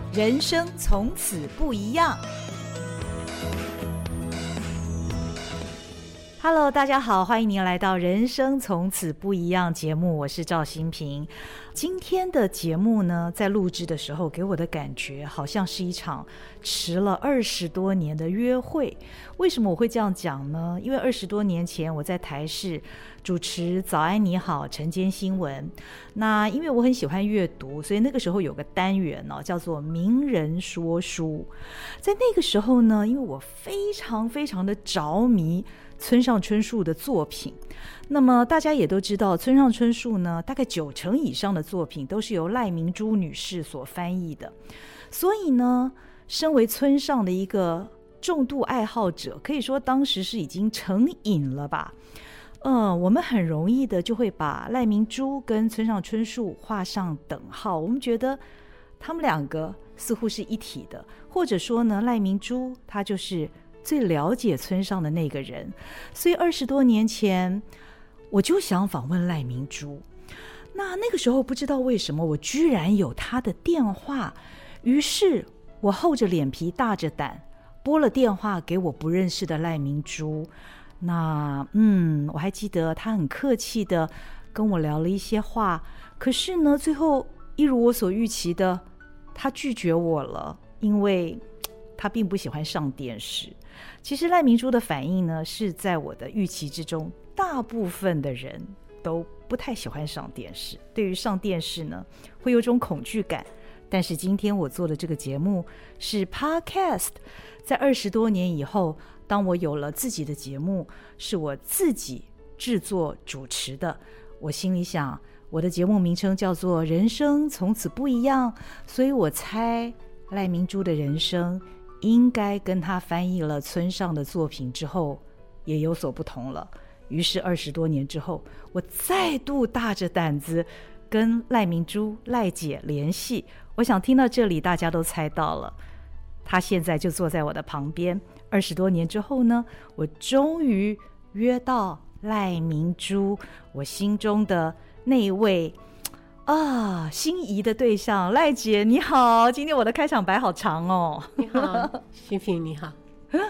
人生从此不一样。Hello， 大家好，欢迎您来到人生从此不一样节目，我是赵新平。今天的节目呢，在录制的时候给我的感觉好像是一场迟了20多年的约会。为什么我会这样讲呢？因为20多年前我在台视主持早安你好晨间新闻，那因为我很喜欢阅读，所以那个时候有个单元叫做名人说书。在那个时候呢，因为我非常非常的着迷村上春树的作品，那么大家也都知道，村上春树呢，大概90%以上的作品都是由赖明珠女士所翻译的。所以呢，身为村上的一个重度爱好者，可以说当时是已经成瘾了吧。我们很容易的就会把赖明珠跟村上春树画上等号，我们觉得他们两个似乎是一体的，或者说呢，赖明珠她就是最了解村上的那个人。所以20多年前我就想访问赖明珠，那个时候不知道为什么我居然有他的电话，于是我厚着脸皮大着胆拨了电话给我不认识的赖明珠。那我还记得他很客气的跟我聊了一些话，可是呢最后一如我所预期的，他拒绝我了，因为他并不喜欢上电视。其实赖明珠的反应呢，是在我的预期之中，大部分的人都不太喜欢上电视，对于上电视呢会有种恐惧感。但是今天我做的这个节目是 Podcast， 在20多年以后，当我有了自己的节目，是我自己制作主持的，我心里想，我的节目名称叫做人生从此不一样，所以我猜赖明珠的人生应该跟他翻译了村上的作品之后也有所不同了。于是20多年之后，我再度大着胆子跟赖明珠赖姐联系。我想听到这里大家都猜到了，她现在就坐在我的旁边。20多年之后呢，我终于约到赖明珠，我心中的那一位心仪的对象。赖姐你好，今天我的开场白好长哦。 你好，新平你好。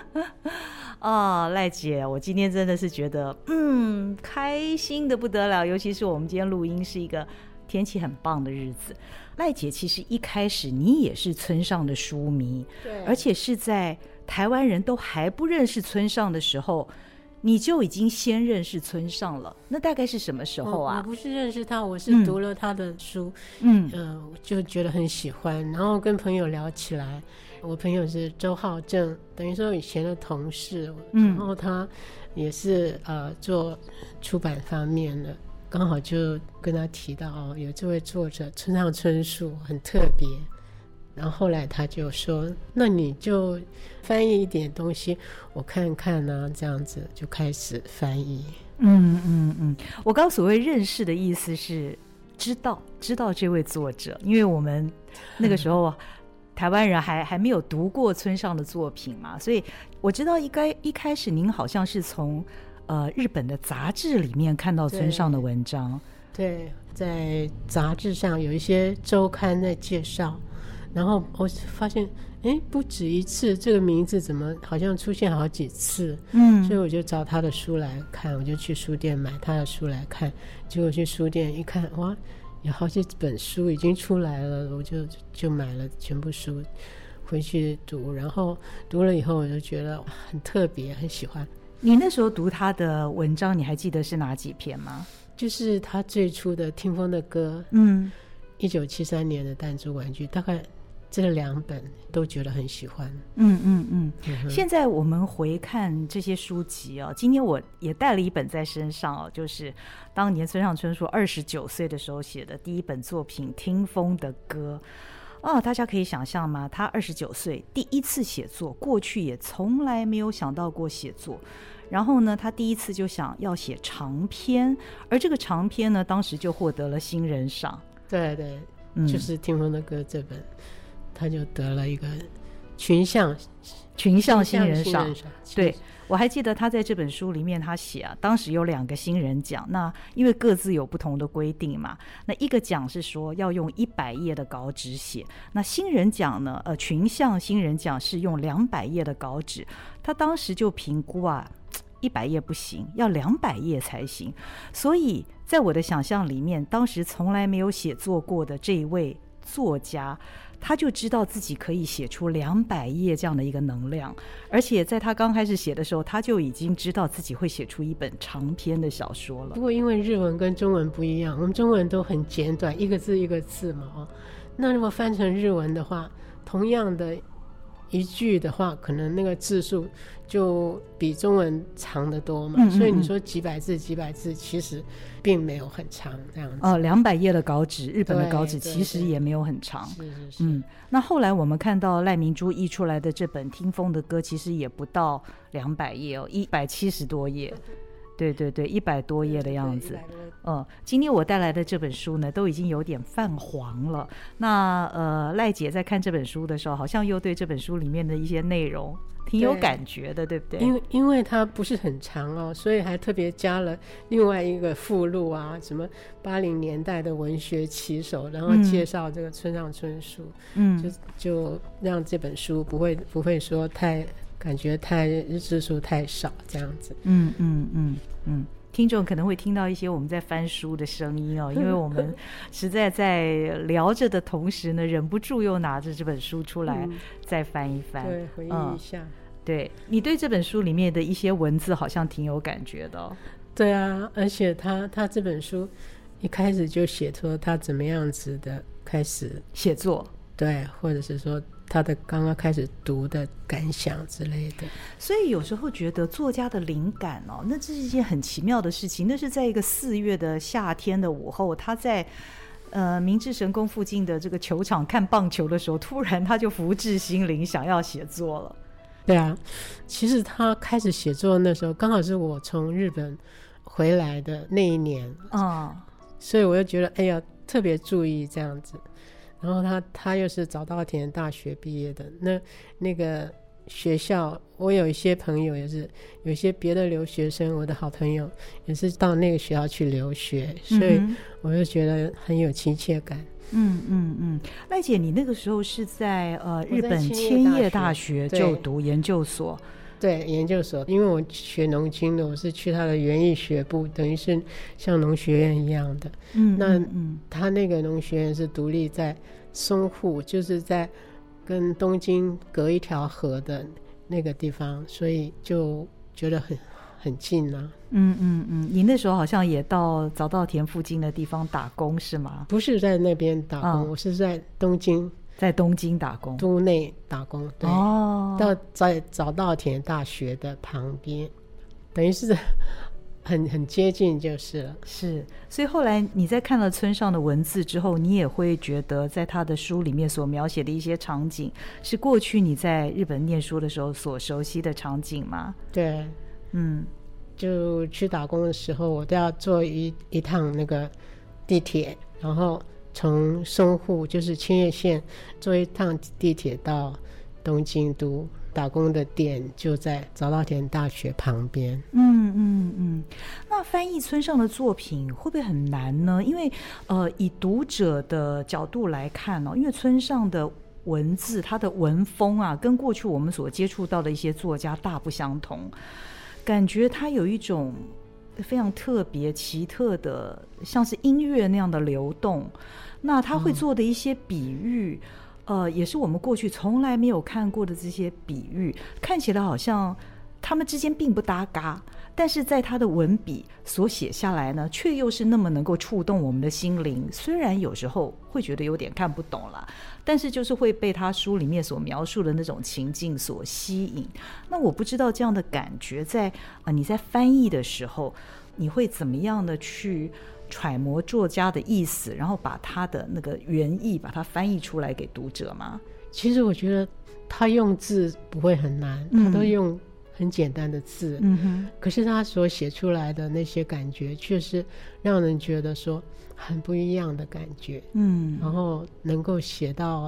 赖姐，我今天真的是觉得开心的不得了，尤其是我们今天录音是一个天气很棒的日子。赖姐其实一开始你也是村上的书迷， 对， 而且是在台湾人都还不认识村上的时候，你就已经先认识村上了。那大概是什么时候啊？ 我不是认识他，我是读了他的书，我就觉得很喜欢，然后跟朋友聊起来。我朋友是周浩正，等于说以前的同事，然后他也是做出版方面的，刚好就跟他提到有这位作者村上春树很特别，然后后来他就说那你就翻译一点东西我看看啊，这样子就开始翻译。 我刚所谓认识的意思是知道这位作者，因为我们那个时候台湾人还没有读过村上的作品嘛，所以我知道一开始您好像是从日本的杂志里面看到村上的文章。 对，在杂志上有一些周刊在介绍，然后我发现不止一次，这个名字怎么好像出现好几次，所以我就找他的书来看，我就去书店买他的书来看，结果去书店一看，哇，有好几本书已经出来了，我就买了全部书回去读，然后读了以后我就觉得很特别，很喜欢。 你那时候读他的文章，你还记得是哪几篇吗？ 就是他最初的《听风的歌》，1973年的《弹珠玩具》，大概这2本都觉得很喜欢。 现在我们回看这些书籍今天我也带了一本在身上就是当年村上春树29岁的时候写的第一本作品《听风的歌》。大家可以想象吗？他29岁第一次写作，过去也从来没有想到过写作。然后呢，他第一次就想要写长篇，而这个长篇呢，当时就获得了新人赏。 对对，就是《听风的歌》这本，他就得了一个群像新人赏。对，我还记得他在这本书里面他写当时有2个新人奖，那因为各自有不同的规定嘛，那一个奖是说要用100页的稿纸写，那新人奖呢群像新人奖是用200页的稿纸，他当时就评估100页不行，要200页才行。所以在我的想象里面，当时从来没有写作过的这一位作家，他就知道自己可以写出200页这样的一个能量，而且在他刚开始写的时候，他就已经知道自己会写出一本长篇的小说了。 不过因为日文跟中文不一样，我们中文都很简短，一个字一个字嘛那如果翻成日文的话，同样的一句的话，可能那个字数就比中文长得多嘛，所以你说几百字其实并没有很长这样子。 200页的稿纸，日本的稿纸其实也没有很长。是。那后来我们看到赖明珠译出来的这本《听风的歌》，其实也不到200页170多页。对100多页的样子。今天我带来的这本书呢，都已经有点泛黄了。那赖姐在看这本书的时候，好像又对这本书里面的一些内容挺有感觉的， 对不对？ 因为它不是很长所以还特别加了另外一个附录什么80年代的文学旗手，然后介绍这个村上春树，就让这本书不会说感觉字数太少这样子。 听众可能会听到一些我们在翻书的声音因为我们实在在聊着的同时呢，忍不住又拿着这本书出来再翻一翻， 对，回忆一下。 对，你对这本书里面的一些文字好像挺有感觉的对啊，而且他这本书一开始就写出他怎么样子的开始写作， 对，或者是说他的刚刚开始读的感想之类的。 所以有时候觉得作家的灵感那这是一件很奇妙的事情。那是在一个4月的夏天的午后，他在明治神宫附近的这个球场看棒球的时候，突然他就福至心灵，想要写作了。 对啊，其实他开始写作那时候刚好是我从日本回来的那一年所以我就觉得特别注意这样子。然后他又是早稻田大学毕业的，那个学校，我有一些朋友也是，有一些别的留学生，我的好朋友也是到那个学校去留学，所以我就觉得很有亲切感。 赖姐，你那个时候是在日本千叶大学就读研究所？ 对，研究所，因为我学农经的，我是去他的园艺学部，等于是像农学院一样的。他那个农学院是独立在松户，就是在跟东京隔一条河的那个地方，所以就觉得很近啊。 你那时候好像也到早稻田附近的地方打工是吗？ 不是在那边打工，我是在东京。 在东京打工， 都内打工，对，在早稻田大学的旁边，等于是很接近就是了。 是，所以后来你在看了村上的文字之后，你也会觉得在他的书里面所描写的一些场景是过去你在日本念书的时候所熟悉的场景吗？ 对，就去打工的时候我都要坐一趟那个地铁，然后从松户就是千叶县坐一趟地铁到东京都，打工的店就在早稻田大学旁边。 那翻译村上的作品会不会很难呢？因为以读者的角度来看因为村上的文字他的文风跟过去我们所接触到的一些作家大不相同，感觉他有一种非常特别奇特的像是音乐那样的流动，那他会做的一些比喻也是我们过去从来没有看过的这些比喻，看起来好像他们之间并不搭嘎，但是在他的文笔所写下来呢，却又是那么能够触动我们的心灵。虽然有时候会觉得有点看不懂了，但是就是会被他书里面所描述的那种情境所吸引。那我不知道这样的感觉在你在翻译的时候，你会怎么样的去揣摩作家的意思，然后把他的那个原意把它翻译出来给读者吗？ 其实我觉得他用字不会很难，他都用很简单的字，可是他所写出来的那些感觉却是让人觉得说很不一样的感觉，然后能够写到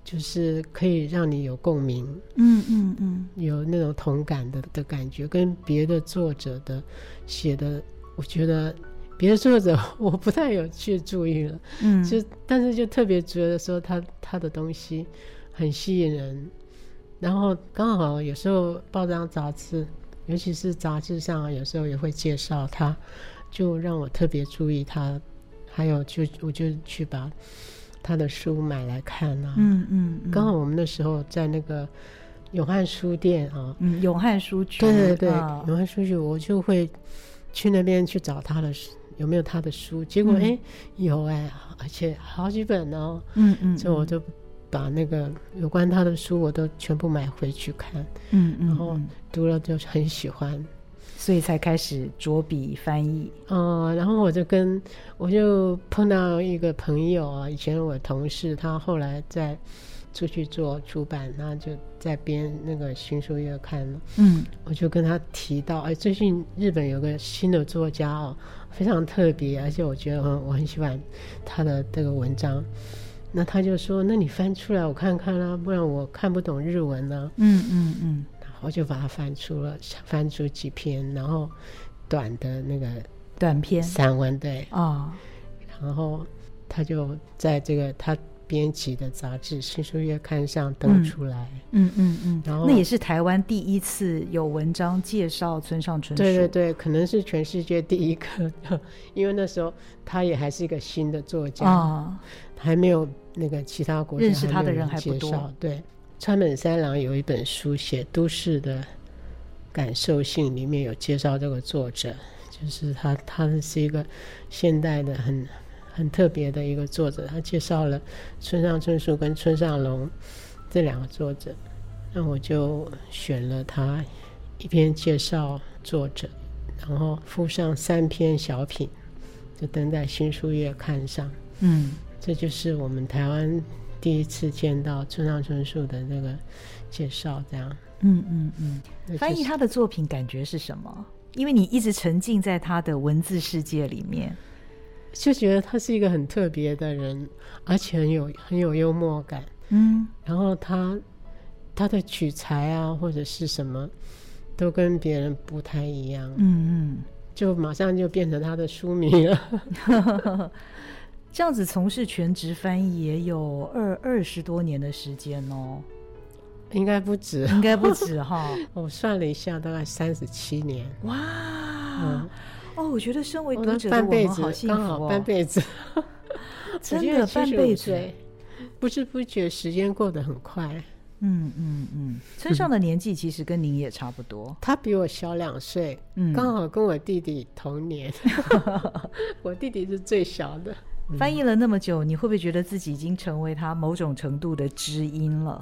就是可以让你有共鸣，有那种同感的感觉，跟别的作者的写的，我觉得别的作者我不太有去注意了，但是就特别觉得说他的东西很吸引人，然后刚好有时候报章杂志，尤其是杂志上有时候也会介绍他，就让我特别注意他，还有我就去把他的书买来看啊。刚好我们那时候在那个永汉书店啊， 永汉书局， 对，永汉书局，我就会去那边去找他的书，有没有他的书，结果有而且好几本哦，所以我就把那个有关他的书我都全部买回去看，然后读了就很喜欢， 所以才开始着笔翻译。 然后我就碰到一个朋友啊，以前我同事，他后来在出去做出版，他就在编那个新书月刊了。我就跟他提到，最近日本有个新的作家哦，非常特别，而且我觉得我很喜欢他的这个文章。那他就说，那你翻出来我看看啊，不然我看不懂日文啊。我就把它翻出几篇，然后短的那个短篇散文，对然后他就在这个他编辑的杂志《新书月刊》上登出来。然后那也是台湾第一次有文章介绍村上春树。 对，可能是全世界第一个，因为那时候他也还是一个新的作家还没有那个其他国家认识他的人还不多。 对，川本三郎有一本书写都市的感受性，里面有介绍这个作者，就是他是一个现代的很特别的一个作者，他介绍了村上春树跟村上隆这两个作者，那我就选了他一篇介绍作者，然后附上3篇小品，就登在新书月刊上。这就是我们台湾第一次见到村上春树的那个介绍，这样。 翻译他的作品感觉是什么？因为你一直沉浸在他的文字世界里面， 就觉得他是一个很特别的人，而且很有幽默感。然后他的取材啊或者是什么都跟别人不太一样。就马上就变成他的书迷了。 这样子从事全职翻译也有20多年的时间哦。 应该不止哈。 我算了一下，大概37年。 哇我觉得身为读者的我们好幸福刚好半辈子。 真的半辈子， 不知不觉时间过得很快。 村上的年纪其实跟您也差不多， 他比我小2岁，刚好跟我弟弟同年。我弟弟是最小的。 翻译了那么久，你会不会觉得自己已经成为他某种程度的知音了？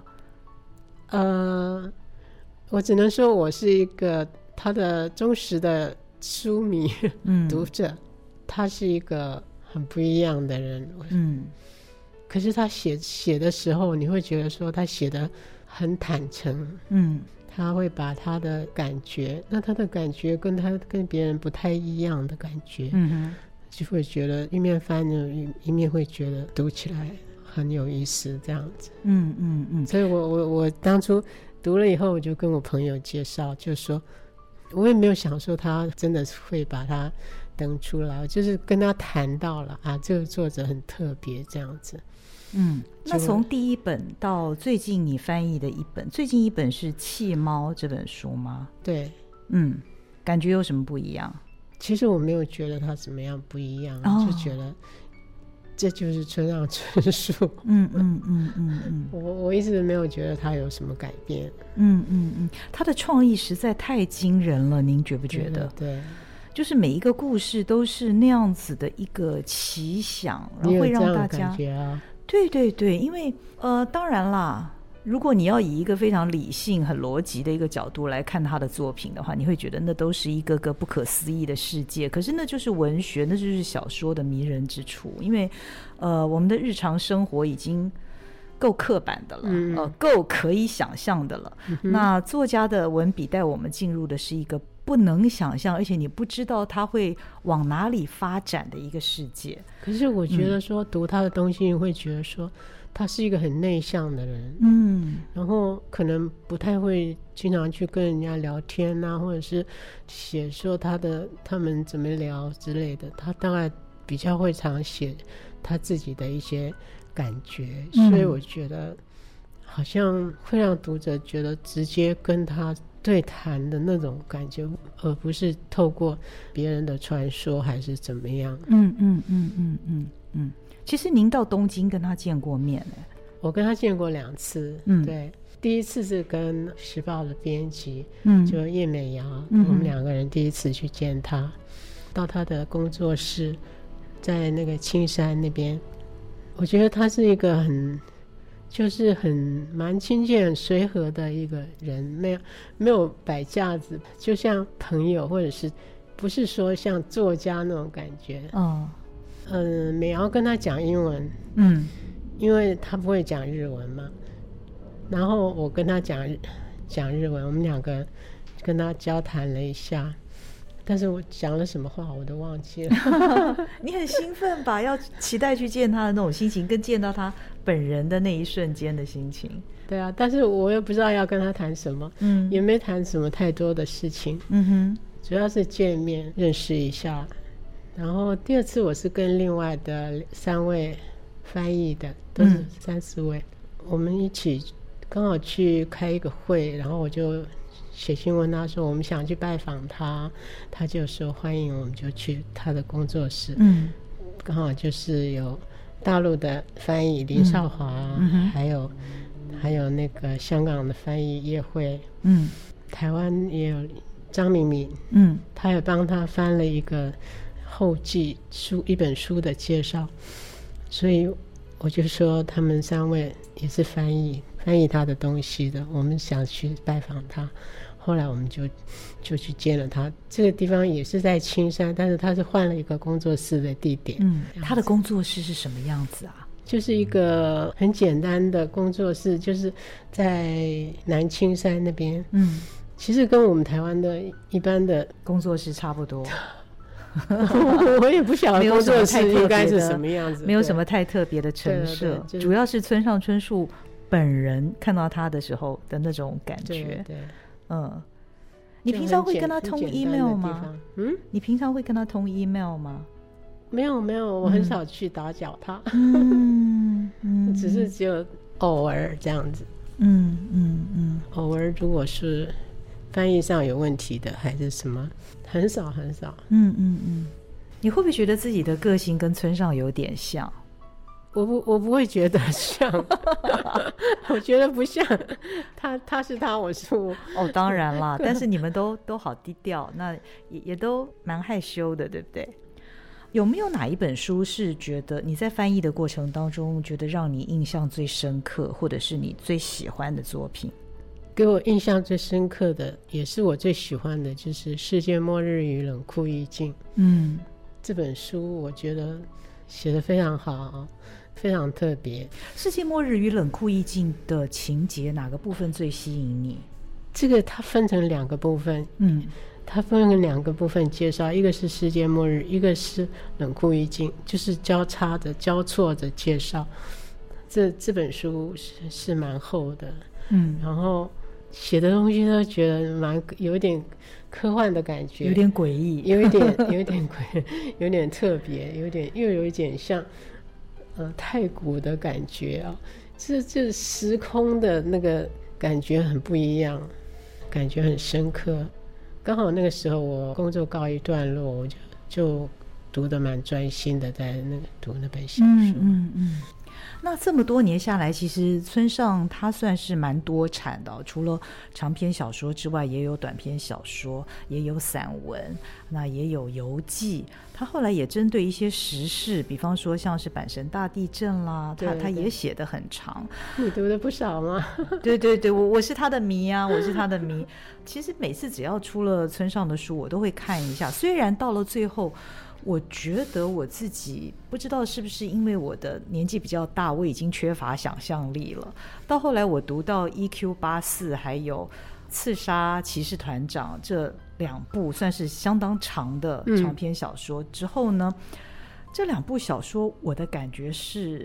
我只能说我是一个他的忠实的书迷读者。他是一个很不一样的人。可是他写的时候，你会觉得说他写的很坦诚。他会把他的感觉，那他的感觉跟别人不太一样的感觉，就会觉得一面翻着一面会觉得读起来很有意思，这样子。所以我当初读了以后，我就跟我朋友介绍，就说我也没有想说他真的会把它登出来，我就是跟他谈到了这个作者很特别，这样子。 那从第一本到最近你翻译的一本，最近一本是《弃猫》这本书吗？ 对。 感觉有什么不一样？ 其实我没有觉得它怎么样不一样，就觉得这就是村上春树。我一直没有觉得他有什么改变。 他的创意实在太惊人了，您觉不觉得？ 对， 就是每一个故事都是那样子的一个奇想，然后会让大家你有这样的感觉啊？ 对，因为当然啦，如果你要以一个非常理性很逻辑的一个角度来看他的作品的话，你会觉得那都是一个个不可思议的世界，可是那就是文学，那就是小说的迷人之处。因为我们的日常生活已经够刻板的了，够可以想象的了，那作家的文笔带我们进入的是一个不能想象，而且你不知道他会往哪里发展的一个世界。 可是我觉得说读他的东西会觉得说他是一个很内向的人，然后可能不太会经常去跟人家聊天啊，或者是写说他们怎么聊之类的，他大概比较会常写他自己的一些感觉，所以我觉得好像会让读者觉得直接跟他对谈的那种感觉，而不是透过别人的传说还是怎么样。 其实您到东京跟他见过面。 我跟他见过2次，对，第一次是跟时报的编辑，就叶美瑶，我们2个人第一次去见他，到他的工作室，在那个青山那边，我觉得他是一个蛮亲切很随和的一个人，没有摆架子，就像朋友，或者是不是说像作家那种感觉。美瑶跟他讲英文，因为他不会讲日文嘛，然后我跟他讲日文，我们2个跟他交谈了一下，但是我讲了什么话我都忘记了。 你很兴奋吧？要期待去见他的那种心情，跟见到他本人的那一瞬间的心情。 对啊，但是我又不知道要跟他谈什么，也没谈什么太多的事情，主要是见面认识一下。然后第2次我是跟另外的3位翻译的，都是3、4位，我们一起刚好去开一个会，然后我就写信问他说我们想去拜访他，他就说欢迎，我们就去他的工作室。刚好就是有大陆的翻译林少华，还有那个香港的翻译叶慧，台湾也有张明敏，他也帮他翻了一个后记一本书的介绍，所以我就说他们3位也是翻译他的东西的，我们想去拜访他，后来我们就去见了他。这个地方也是在青山，但是他是换了一个工作室的地点。 他的工作室是什么样子啊？ 就是一个很简单的工作室，就是在南青山那边。其实跟我们台湾的一般的工作室差不多。 我也不晓得工作室应该是什么样子， 没有什么太特别的陈设，主要是村上春树本人看到他的时候的那种感觉。对，你平常会跟他通 email 吗？你平常会跟他通 email 吗？ 没有，我很少去打搅他，只有偶尔这样子。偶尔如果是翻译上有问题的还是什么，很少。 你会不会觉得自己的个性跟村上有点像？ 我不会觉得像。我觉得不像。他是他，我是我。 当然啦。但是你们都好低调，那也都蛮害羞的，对不对？有没有哪一本书是觉得你在翻译的过程当中觉得让你印象最深刻，或者是你最喜欢的作品？ 给我印象最深刻的，也是我最喜欢的，就是《世界末日与冷酷意境》。这本书我觉得写得非常好，非常特别。《 世界末日与冷酷意境》的情节哪个部分最吸引你？ 这个它分成2个部分。它分成2个部分介绍，一个是世界末日，一个是冷酷意境，就是交错的介绍。这本书是蛮厚的，然后写的东西都觉得有点科幻的感觉， 有点诡异， 有一点有点特别，又有一点像太古的感觉啊，这时空的那个感觉很不一样，感觉很深刻。刚好那个时候我工作告一段落，我就读得蛮专心的，在读那本小说。 那这么多年下来，其实村上他算是蛮多产的，除了长篇小说之外，也有短篇小说，也有散文，那也有游记。他后来也针对一些时事，比方说像是阪神大地震啦，他也写得很长。 你读的不少吗？ 对，我是他的迷啊，我是他的迷。其实每次只要出了村上的书，我都会看一下。虽然到了最后，我觉得我自己不知道是不是因为我的年纪比较大，我已经缺乏想象力了。到后来我读到 EQ84 还有刺杀骑士团长这2部算是相当长的长篇小说之后呢，这2部小说我的感觉是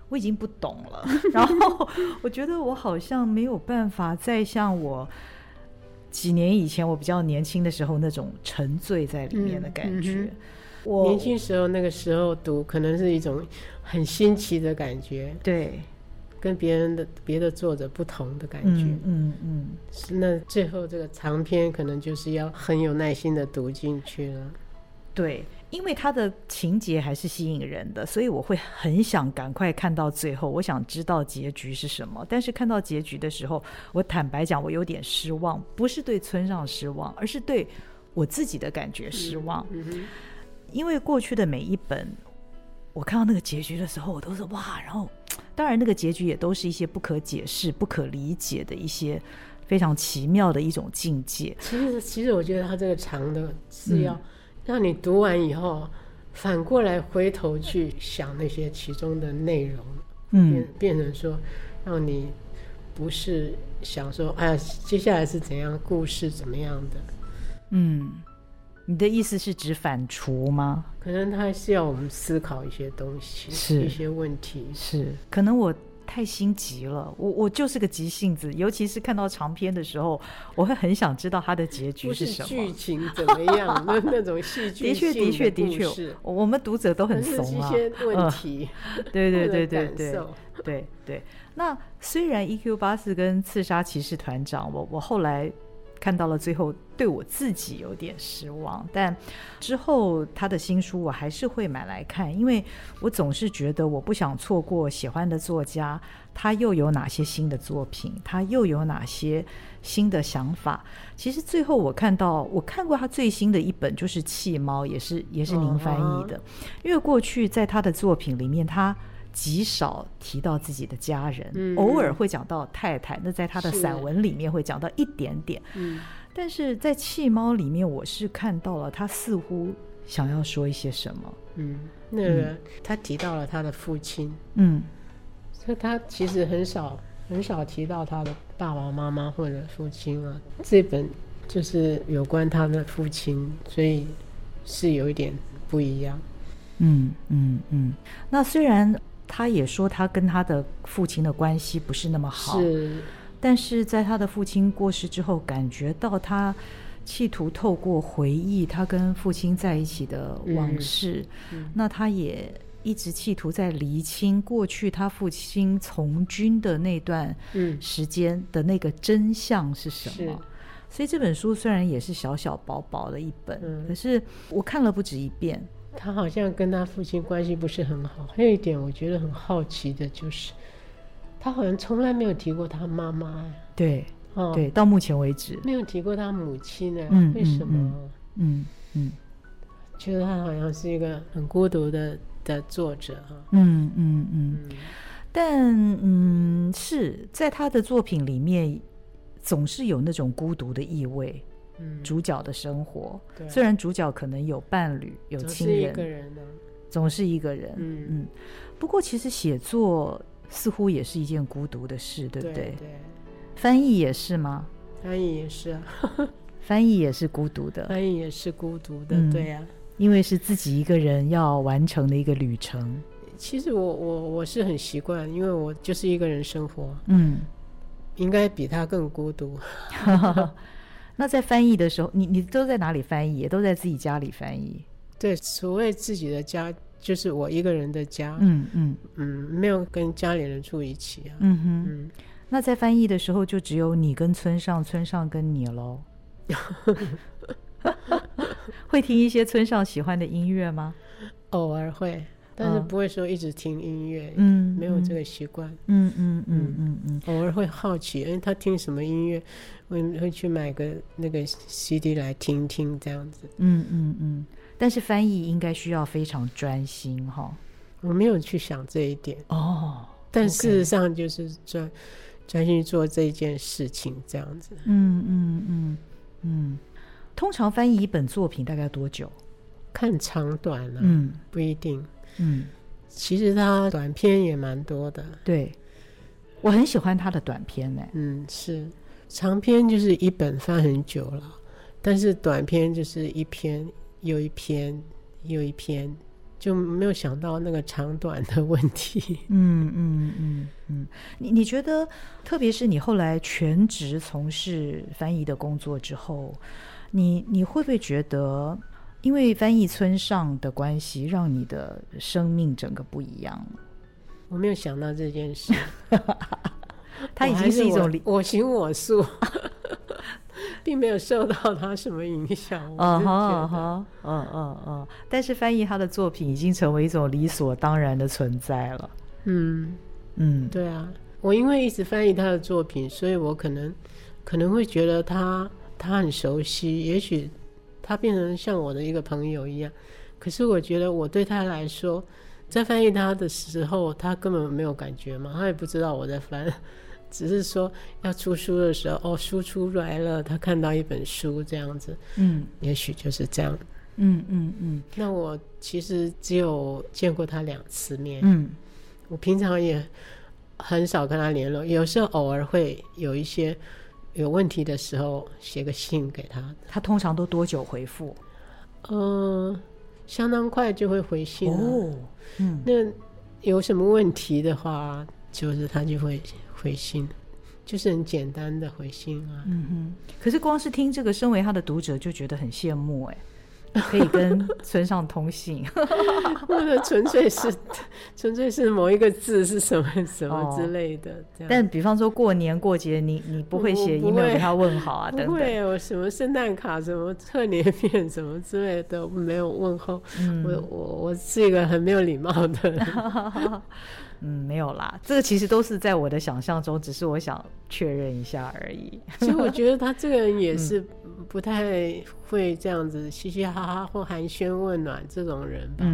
我已经不懂了。然后我觉得我好像没有办法再像我几年以前我比较年轻的时候那种沉醉在里面的感觉。 我年轻时候那个时候读可能是一种很新奇的感觉， 对， 跟别的作者不同的感觉。那最后这个长篇可能就是要很有耐心的读进去了。 对，因为它的情节还是吸引人的，所以我会很想赶快看到最后，我想知道结局是什么。但是看到结局的时候，我坦白讲我有点失望，不是对村上失望，而是对我自己的感觉失望。因为过去的每一本我看到那个结局的时候我都是哇，然后当然那个结局也都是一些不可解释不可理解的一些非常奇妙的一种境界。 其实我觉得它这个长的是要让你读完以后反过来回头去想那些其中的内容，变成说让你不是想说哎呀接下来是怎样故事怎么样的。 你的意思是指反刍吗？ 可能他是要我们思考一些东西，是一些问题。 是，可能我太心急了，我就是个急性子，尤其是看到长篇的时候，我会很想知道它的结局是什么， 不是剧情怎么样那种戏剧性的故事。的确， 我们读者都很怂啊， 是一些问题， 对。那虽然 EQ84 跟刺杀骑士团长，我后来看到了最后对我自己有点失望，但之后他的新书我还是会买来看，因为我总是觉得我不想错过喜欢的作家他又有哪些新的作品，他又有哪些新的想法。其实最后我看过他最新的一本就是《弃猫》，也是您翻译的。因为过去在他的作品里面他极少提到自己的家人，偶尔会讲到太太，那在他的散文里面会讲到一点点，但是在《弃猫》里面我是看到了他似乎想要说一些什么。 那个他提到了他的父亲，所以他其实很少提到他的爸爸妈妈或者父亲啊。这本就是有关他的父亲，所以是有一点不一样。 那虽然他也说他跟他的父亲的关系不是那么好，但是在他的父亲过世之后，感觉到他企图透过回忆他跟父亲在一起的往事，那他也一直企图在厘清过去他父亲从军的那段时间的那个真相是什么。所以这本书虽然也是小小薄薄的一本，可是我看了不止一遍。 他好像跟他父亲关系不是很好。还有一点我觉得很好奇的就是他好像从来没有提过他妈妈。 对，到目前为止没有提过他母亲呢。为什么？觉得他好像是一个很孤独的作者。 但是在他的作品里面总是有那种孤独的意味。主角的生活，虽然主角可能有伴侣有亲人，总是一个人。不过其实写作似乎也是一件孤独的事，对不对？翻译也是吗？ 翻译也是啊。 翻译也是孤独的。 翻译也是孤独的，对啊， 因为是自己一个人要完成的一个旅程。 其实我是很习惯，因为我就是一个人生活，应该比他更孤独。 那在翻译的时候，你都在哪里翻译？也都在自己家里翻译？ 对，所谓自己的家就是我一个人的家。没有跟家里人住一起啊。 那在翻译的时候就只有你跟村上跟你咯。会听一些村上喜欢的音乐吗？ 偶尔会，但是不会说一直听音乐。没有这个习惯。偶尔会好奇他听什么音乐，会去买个那个 CD 来听听这样子。 但是翻译应该需要非常专心哈。 我没有去想这一点但事实上就是专心做这件事情这样子。 通常翻译一本作品大概多久？ 看长短了，不一定。其实他短篇也蛮多的。对， 我很喜欢他的短篇呢。 是，长篇就是一本翻很久了，但是短篇就是一篇又一篇又一篇， 就没有想到那个长短的问题。 你觉得，特别是你后来全职从事翻译的工作之后，你会不会觉得，因为翻译村上的关系，让你的生命整个不一样？ 我没有想到这件事。 它已经是一种我行我素，并没有受到他什么影响。 但是翻译他的作品已经成为一种理所当然的存在了。 对啊，我因为一直翻译他的作品，所以我可能会觉得他很熟悉，也许他变成像我的一个朋友一样。可是我觉得我对他来说，在翻译他的时候，他根本没有感觉嘛，他也不知道我在翻，只是说要出书的时候，书出来了，他看到一本书这样子，也许就是这样。那我其实只有见过他2次面，我平常也很少跟他联络，有时候偶尔会有一些有问题的时候写个信给他。 他通常都多久回复？ 相当快就会回信了。那有什么问题的话，就是他就会回信，就是很简单的回信啊。 可是光是听这个，身为他的读者就觉得很羡慕可以跟村上通信。 或者纯粹是某一个字是什么之类的。 但比方说过年过节，你不会写 email 给他问好啊？等等。 不会，我什么圣诞卡、什么贺年片什么之类的没有问候。我是一个很没有礼貌的人。 没有啦，这个其实都是在我的想象中，只是我想确认一下而已。 其实我觉得他这个人也是不太会这样子嘻嘻哈哈或寒暄问暖这种人吧。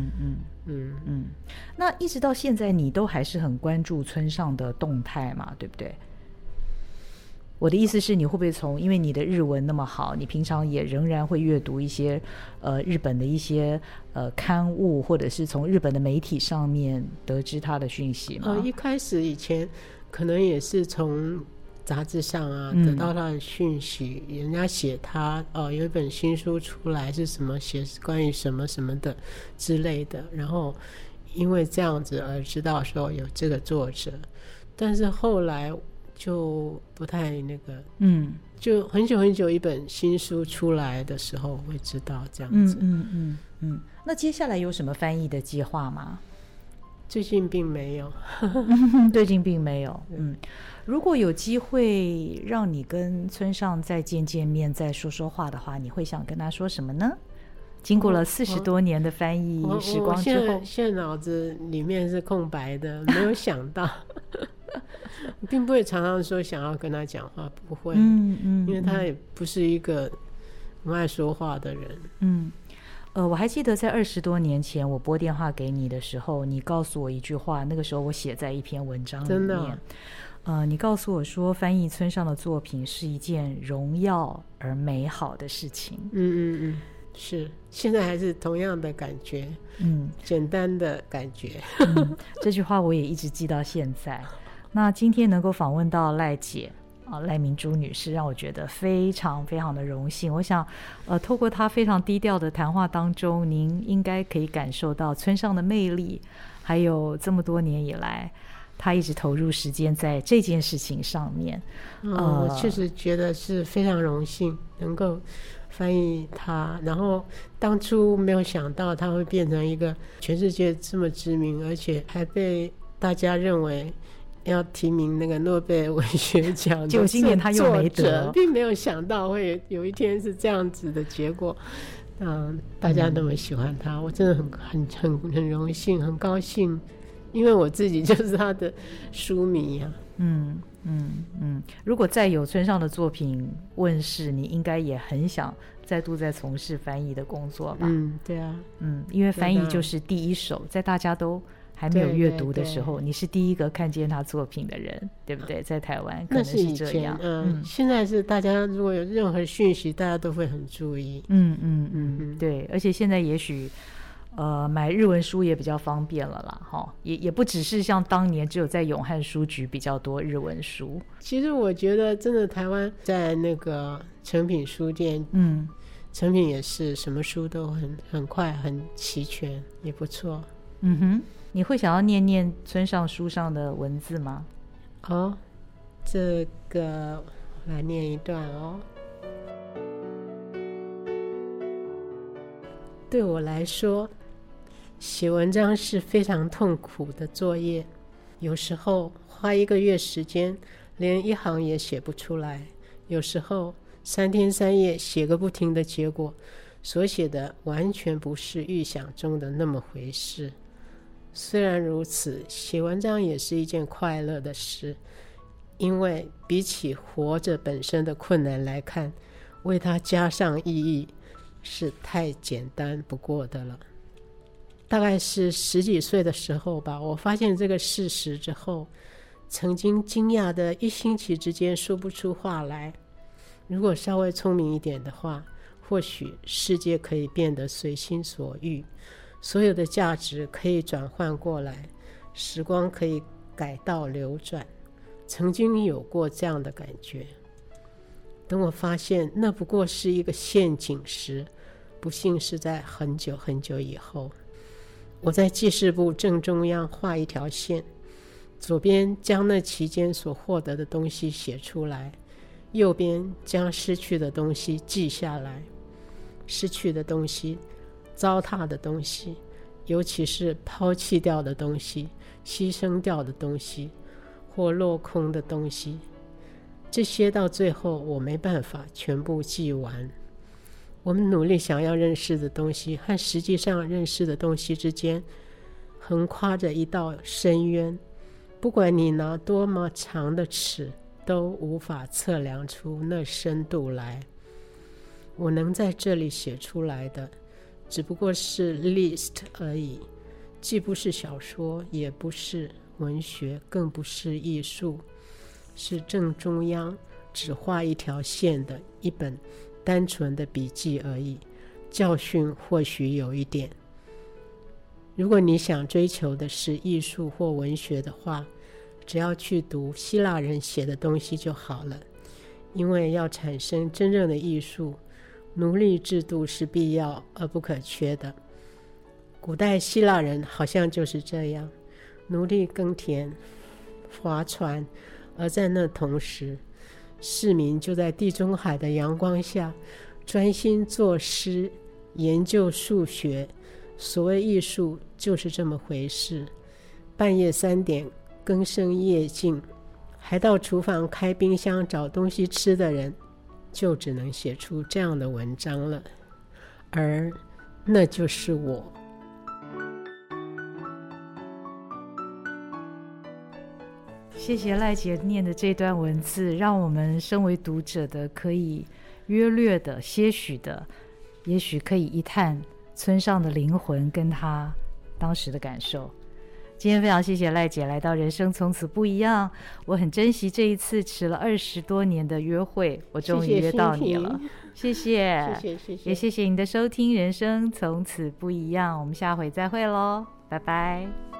那一直到现在，你都还是很关注村上的动态嘛，对不对？我的意思是，你会不会因为你的日文那么好，你平常也仍然会阅读一些日本的一些刊物，或者是从日本的媒体上面得知他的讯息吗？ 一开始以前可能也是从杂志上啊得到他的讯息，人家写他有一本新书出来是什么，写关于什么什么的之类的，然后因为这样子而知道说有这个作者，但是后来就不太那个，就很久很久一本新书出来的时候会知道这样子。 那接下来有什么翻译的计划吗？ 最近并没有。 最近并没有。如果有机会让你跟村上再见面再说话的话，你会想跟他说什么呢？经过了40多年的翻译时光之后， 现在脑子里面是空白的，没有想到。并不会常常说想要跟他讲话，不会。因为他也不是一个很爱说话的人。 我还记得在20多年前我拨电话给你的时候，你告诉我一句话，那个时候我写在一篇文章里面。真的？你告诉我说，翻译村上的作品是一件荣耀而美好的事情。 是，现在还是同样的感觉。简单的感觉。 这句话我也一直记到现在。那今天能够访问到赖姐赖明珠女士，让我觉得非常非常的荣幸。我想透过她非常低调的谈话当中，您应该可以感受到村上的魅力，还有这么多年以来她一直投入时间在这件事情上面。 我确实觉得是非常荣幸能够翻译他，然后当初没有想到他会变成一个全世界这么知名，而且还被大家认为要提名那个诺贝尔文学奖， 就今年他又没得， 并没有想到会有一天是这样子的结果。大家那么喜欢他，我真的很荣幸，很高兴，因为我自己就是他的书迷啊。 如果再有村上的作品问世，你应该也很想再度在从事翻译的工作吧？ 对啊。 因为翻译就是第一手，在大家都还没有阅读的时候，你是第一个看见他作品的人，对不对？在台湾可能是这样。 现在是大家如果有任何讯息，大家都会很注意。 对，而且现在也许买日文书也比较方便了啦，也不只是像当年只有在永汉书局比较多日文书。 其实我觉得真的台湾在那个诚品书店， 成品也是什么书都很快很齐全，也不错。 你会想要念念村上书上的文字吗？ 这个来念一段哦。对我来说，写文章是非常痛苦的作业，有时候花1个月时间连一行也写不出来，有时候3天3夜写个不停的结果，所写的完全不是预想中的那么回事。虽然如此，写文章也是一件快乐的事，因为比起活着本身的困难来看，为它加上意义是太简单不过的了。大概是10几岁的时候吧，我发现这个事实之后，曾经惊讶的1星期之间说不出话来。如果稍微聪明一点的话，或许世界可以变得随心所欲，所有的价值可以转换过来，时光可以改道流转。曾经有过这样的感觉，等我发现那不过是一个陷阱时，不幸是在很久很久以后。我在记事簿正中央画一条线，左边将那期间所获得的东西写出来，右边将失去的东西记下来。失去的东西，糟蹋的东西，尤其是抛弃掉的东西，牺牲掉的东西，或落空的东西，这些到最后我没办法全部记完。我们努力想要认识的东西和实际上认识的东西之间横跨着一道深渊，不管你拿多么长的尺，都无法测量出那深度来。我能在这里写出来的只不过是 list 而已，既不是小说，也不是文学，更不是艺术，是正中央只画一条线的一本单纯的笔记而已。教训或许有一点，如果你想追求的是艺术或文学的话，只要去读希腊人写的东西就好了。因为要产生真正的艺术，奴隶制度是必要而不可缺的。古代希腊人好像就是这样，奴隶耕田划船，而在那同时，市民就在地中海的阳光下专心作诗，研究数学。所谓艺术就是这么回事，半夜3点更生夜静，还到厨房开冰箱找东西吃的人，就只能写出这样的文章了。而那就是我。 谢谢赖姐念的这段文字，让我们身为读者的可以约略的些许的，也许可以一探村上的灵魂跟他当时的感受。今天非常谢谢赖姐来到人生从此不一样，我很珍惜这一次迟了20多年的约会，我终于约到你了。谢谢，也谢谢你的收听，人生从此不一样，我们下回再会咯，拜拜。